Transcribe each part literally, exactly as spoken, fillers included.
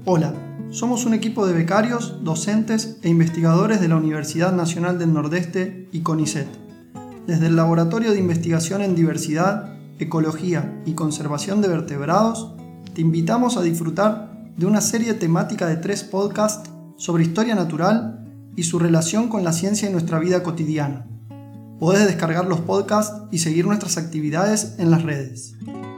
Hola, somos un equipo de becarios, docentes e investigadores de la Universidad Nacional del Nordeste y CONICET. Desde el Laboratorio de Investigación en Diversidad, Ecología y Conservación de Vertebrados, te invitamos a disfrutar de una serie temática de tres podcasts sobre historia natural y su relación con la ciencia en nuestra vida cotidiana. Podés descargar los podcasts y seguir nuestras actividades en las redes.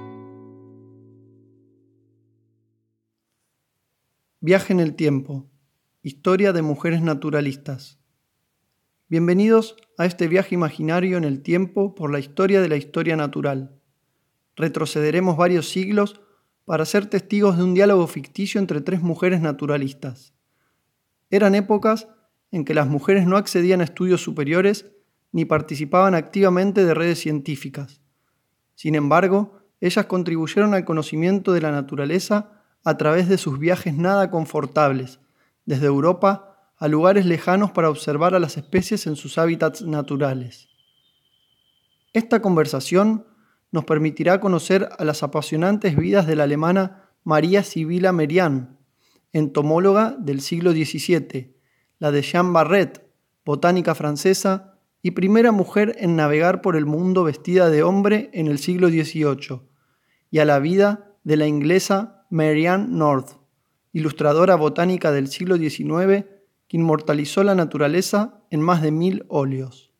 Viaje en el tiempo. Historia de mujeres naturalistas. Bienvenidos a este viaje imaginario en el tiempo por la historia de la historia natural. Retrocederemos varios siglos para ser testigos de un diálogo ficticio entre tres mujeres naturalistas. Eran épocas en que las mujeres no accedían a estudios superiores ni participaban activamente de redes científicas. Sin embargo, ellas contribuyeron al conocimiento de la naturaleza a través de sus viajes nada confortables, desde Europa a lugares lejanos para observar a las especies en sus hábitats naturales. Esta conversación nos permitirá conocer a las apasionantes vidas de la alemana María Sibylla Merian, entomóloga del siglo diecisiete, la de Jean Barret, botánica francesa y primera mujer en navegar por el mundo vestida de hombre en el siglo dieciocho, y a la vida de la inglesa Marianne North, ilustradora botánica del siglo diecinueve que inmortalizó la naturaleza en más de mil óleos.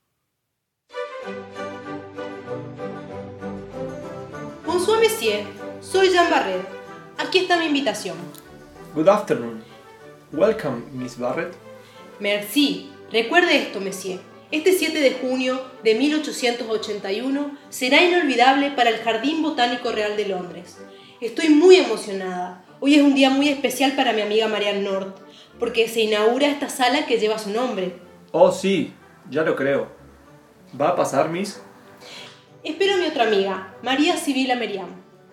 Bonsoir, monsieur. Soy Jean Barret. Aquí está mi invitación. Good afternoon. Welcome, Miss Barret. Merci. Recuerde esto, monsieur. Este siete de junio de mil ochocientos ochenta y uno será inolvidable para el Jardín Botánico Real de Londres. Estoy muy emocionada. Hoy es un día muy especial para mi amiga Marianne North, porque se inaugura esta sala que lleva su nombre. Oh, sí, ya lo creo. ¿Va a pasar, Miss? Espero a mi otra amiga, María Sibylla Merian.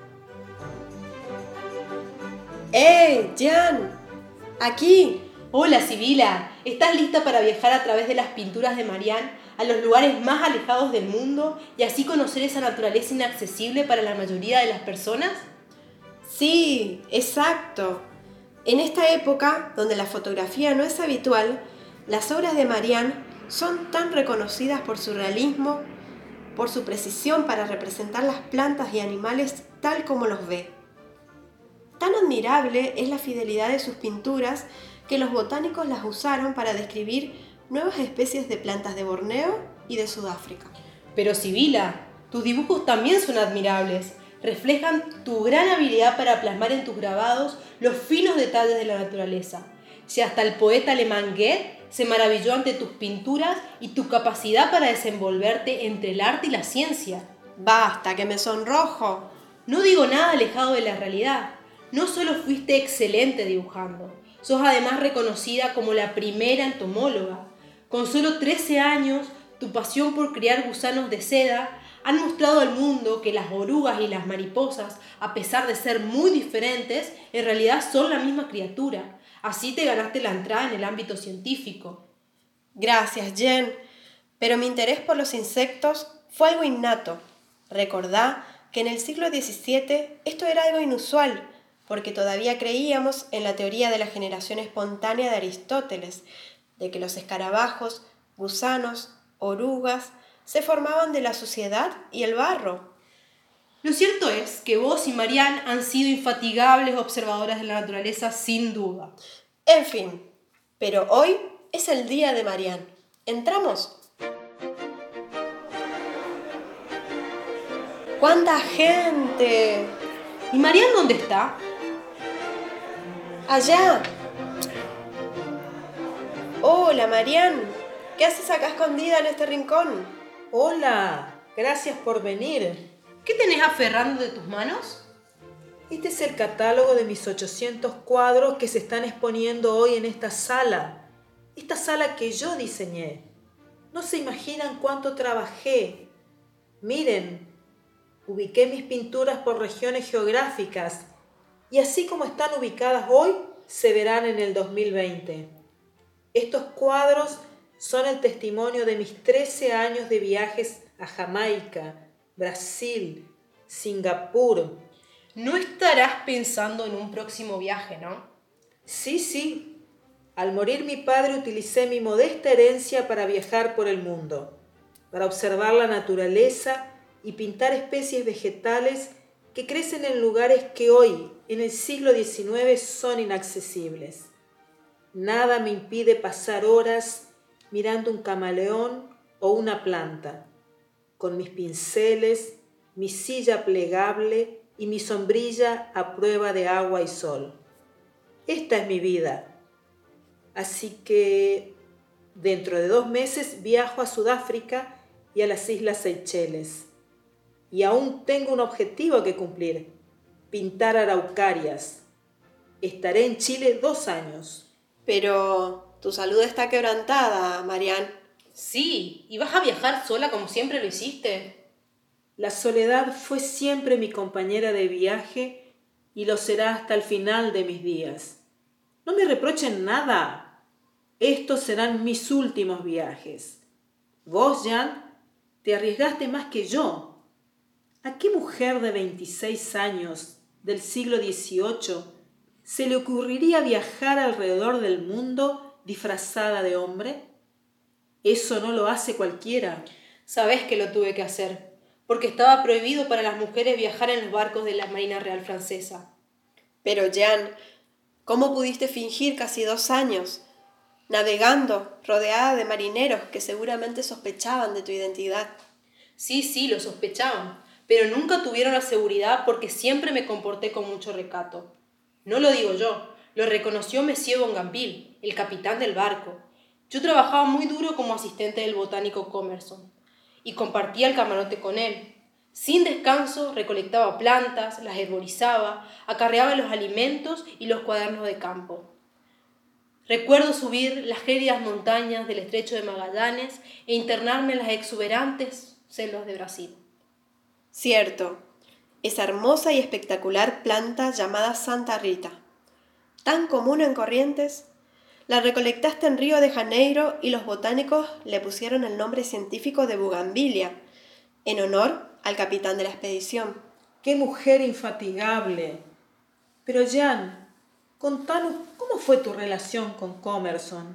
¡Eh, Jan! ¡Aquí! Hola, Sibylla. ¿Estás lista para viajar a través de las pinturas de Marianne a los lugares más alejados del mundo y así conocer esa naturaleza inaccesible para la mayoría de las personas? Sí, exacto. En esta época, donde la fotografía no es habitual, las obras de Marianne son tan reconocidas por su realismo, por su precisión para representar las plantas y animales tal como los ve. Tan admirable es la fidelidad de sus pinturas que los botánicos las usaron para describir nuevas especies de plantas de Borneo y de Sudáfrica. Pero Sibylla, tus dibujos también son admirables. Reflejan tu gran habilidad para plasmar en tus grabados los finos detalles de la naturaleza. Si hasta el poeta alemán Goethe se maravilló ante tus pinturas y tu capacidad para desenvolverte entre el arte y la ciencia. ¡Basta, que me sonrojo! No digo nada alejado de la realidad. No solo fuiste excelente dibujando, sos además reconocida como la primera entomóloga. Con solo trece años, tu pasión por criar gusanos de seda han mostrado al mundo que las orugas y las mariposas, a pesar de ser muy diferentes, en realidad son la misma criatura. Así te ganaste la entrada en el ámbito científico. Gracias, Jen. Pero mi interés por los insectos fue algo innato. Recordá que en el siglo diecisiete esto era algo inusual, porque todavía creíamos en la teoría de la generación espontánea de Aristóteles, de que los escarabajos, gusanos, orugas, se formaban de la suciedad y el barro. Lo cierto es que vos y Marianne han sido infatigables observadoras de la naturaleza, sin duda. En fin, pero hoy es el día de Marianne. ¿Entramos? ¡Cuánta gente! ¿Y Marianne dónde está? ¡Allá! Hola, Marianne. ¿Qué haces acá escondida en este rincón? Hola, gracias por venir. ¿Qué tenés aferrando de tus manos? Este es el catálogo de mis ochocientos cuadros que se están exponiendo hoy en esta sala. Esta sala que yo diseñé. No se imaginan cuánto trabajé. Miren, ubiqué mis pinturas por regiones geográficas y así como están ubicadas hoy, se verán en el dos mil veinte. Estos cuadros son el testimonio de mis trece años de viajes a Jamaica, Brasil, Singapur. No estarás pensando en un próximo viaje, ¿no? Sí, sí. Al morir mi padre utilicé mi modesta herencia para viajar por el mundo, para observar la naturaleza y pintar especies vegetales que crecen en lugares que hoy, en el siglo diecinueve, son inaccesibles. Nada me impide pasar horas mirando un camaleón o una planta, con mis pinceles, mi silla plegable y mi sombrilla a prueba de agua y sol. Esta es mi vida. Así que dentro de dos meses viajo a Sudáfrica y a las Islas Seychelles. Y aún tengo un objetivo que cumplir: pintar araucarias. Estaré en Chile dos años. Pero tu salud está quebrantada, Marian. Sí, ¿y vas a viajar sola como siempre lo hiciste? La soledad fue siempre mi compañera de viaje y lo será hasta el final de mis días. No me reprochen nada. Estos serán mis últimos viajes. Vos, Jan, te arriesgaste más que yo. ¿A qué mujer de veintiséis años del siglo dieciocho se le ocurriría viajar alrededor del mundo disfrazada de hombre? Eso no lo hace cualquiera. Sabés que lo tuve que hacer, porque estaba prohibido para las mujeres viajar en los barcos de la Marina Real Francesa. Pero, Jan, ¿cómo pudiste fingir casi dos años, navegando, rodeada de marineros que seguramente sospechaban de tu identidad? Sí, sí, lo sospechaban, pero nunca tuvieron la seguridad porque siempre me comporté con mucho recato. No lo digo yo, lo reconoció Monsieur Bougainville, el capitán del barco. Yo trabajaba muy duro como asistente del botánico Commerson y compartía el camarote con él. Sin descanso recolectaba plantas, las herborizaba, acarreaba los alimentos y los cuadernos de campo. Recuerdo subir las gélidas montañas del estrecho de Magallanes e internarme en las exuberantes selvas de Brasil. Cierto, esa hermosa y espectacular planta llamada Santa Rita, tan común en Corrientes, la recolectaste en Río de Janeiro y los botánicos le pusieron el nombre científico de Bougainvillea, en honor al capitán de la expedición. ¡Qué mujer infatigable! Pero, Jan, contanos, ¿cómo fue tu relación con Commerson?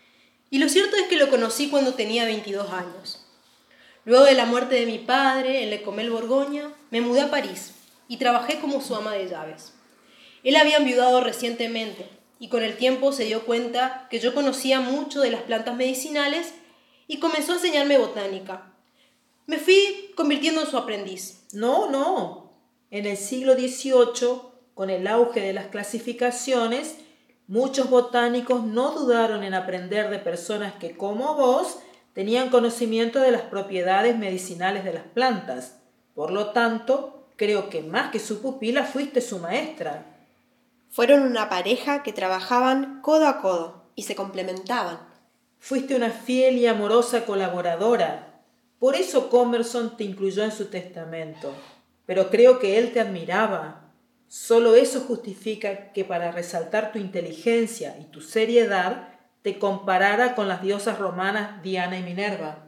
Y lo cierto es que lo conocí cuando tenía veintidós años. Luego de la muerte de mi padre en Le Comel, Borgoña, me mudé a París y trabajé como su ama de llaves. Él había enviudado recientemente y con el tiempo se dio cuenta que yo conocía mucho de las plantas medicinales y comenzó a enseñarme botánica. Me fui convirtiendo en su aprendiz. No, no. En el siglo dieciocho, con el auge de las clasificaciones, muchos botánicos no dudaron en aprender de personas que, como vos, tenían conocimiento de las propiedades medicinales de las plantas. Por lo tanto, creo que más que su pupila fuiste su maestra. Fueron una pareja que trabajaban codo a codo y se complementaban. Fuiste una fiel y amorosa colaboradora. Por eso Commerson te incluyó en su testamento. Pero creo que él te admiraba. Solo eso justifica que para resaltar tu inteligencia y tu seriedad te comparara con las diosas romanas Diana y Minerva.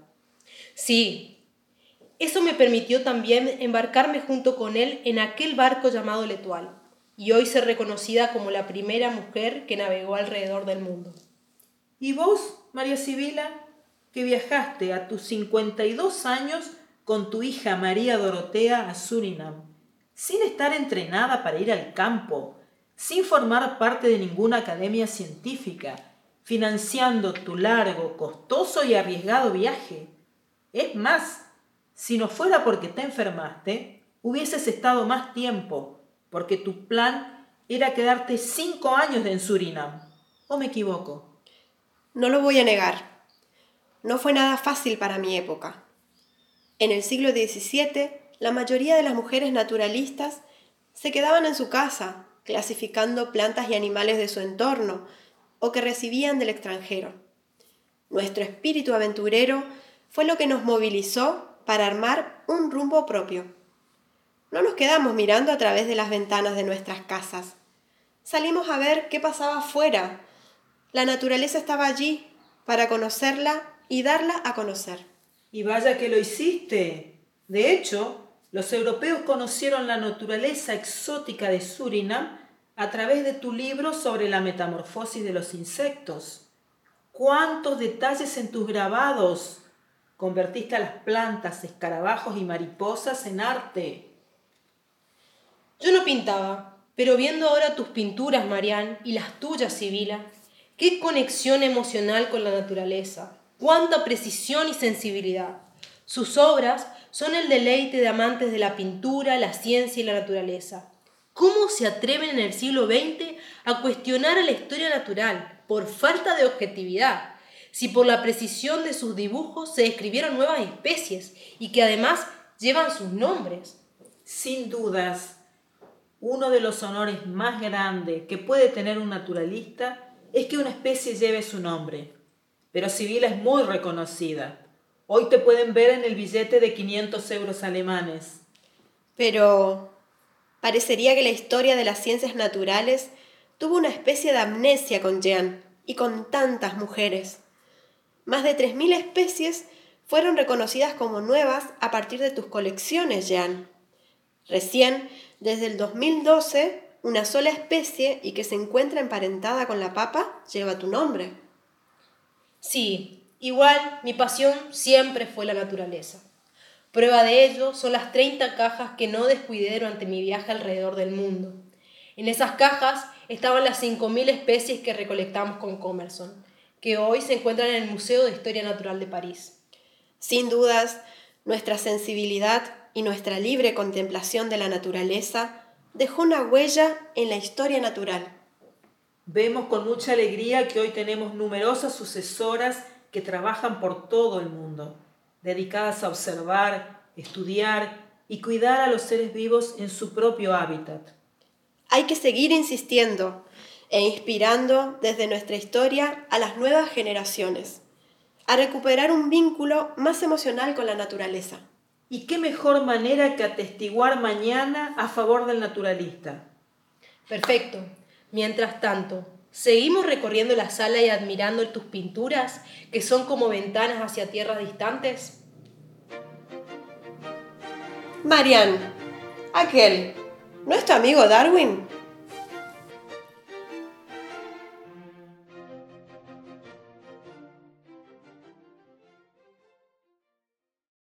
Sí, eso me permitió también embarcarme junto con él en aquel barco llamado L'Etoile, y hoy ser reconocida como la primera mujer que navegó alrededor del mundo. ¿Y vos, María Sibila, que viajaste a tus cincuenta y dos años con tu hija María Dorotea a Surinam, sin estar entrenada para ir al campo, sin formar parte de ninguna academia científica, financiando tu largo, costoso y arriesgado viaje? Es más, si no fuera porque te enfermaste, hubieses estado más tiempo, porque tu plan era quedarte cinco años en Surinam. ¿O me equivoco? No lo voy a negar. No fue nada fácil para mi época. En el siglo diecisiete, la mayoría de las mujeres naturalistas se quedaban en su casa, clasificando plantas y animales de su entorno, o que recibían del extranjero. Nuestro espíritu aventurero fue lo que nos movilizó para armar un rumbo propio. No nos quedamos mirando a través de las ventanas de nuestras casas. Salimos a ver qué pasaba afuera. La naturaleza estaba allí para conocerla y darla a conocer. Y vaya que lo hiciste. De hecho, Los europeos conocieron la naturaleza exótica de Surinam a través de tu libro sobre la metamorfosis de los insectos. ¡Cuántos detalles en tus grabados! Convertiste a las plantas, escarabajos y mariposas en arte. Yo no pintaba, pero viendo ahora tus pinturas, Marián, y las tuyas, Sibila, qué conexión emocional con la naturaleza, cuánta precisión y sensibilidad. Sus obras son el deleite de amantes de la pintura, la ciencia y la naturaleza. ¿Cómo se atreven en el siglo veinte a cuestionar a la historia natural por falta de objetividad, si por la precisión de sus dibujos se describieron nuevas especies y que además llevan sus nombres? Sin dudas, uno de los honores más grandes que puede tener un naturalista es que una especie lleve su nombre. Pero Sibila es muy reconocida. Hoy te pueden ver en el billete de quinientos euros alemanes. Pero parecería que la historia de las ciencias naturales tuvo una especie de amnesia con Jean y con tantas mujeres. Más de tres mil especies fueron reconocidas como nuevas a partir de tus colecciones, Jean. Recién, desde el dos mil doce, una sola especie y que se encuentra emparentada con la papa lleva tu nombre. Sí, igual mi pasión siempre fue la naturaleza. Prueba de ello son las treinta cajas que no descuidé durante mi viaje alrededor del mundo. En esas cajas estaban las cinco mil especies que recolectamos con Commerson, que hoy se encuentran en el Museo de Historia Natural de París. Sin dudas, nuestra sensibilidad y nuestra libre contemplación de la naturaleza dejó una huella en la historia natural. Vemos con mucha alegría que hoy tenemos numerosas sucesoras que trabajan por todo el mundo, dedicadas a observar, estudiar y cuidar a los seres vivos en su propio hábitat. Hay que seguir insistiendo e inspirando desde nuestra historia a las nuevas generaciones, a recuperar un vínculo más emocional con la naturaleza. ¿Y qué mejor manera que atestiguar mañana a favor del naturalista? Perfecto. Mientras tanto, seguimos recorriendo la sala y admirando tus pinturas, que son como ventanas hacia tierras distantes. Marian, aquel, ¿no es tu amigo Darwin?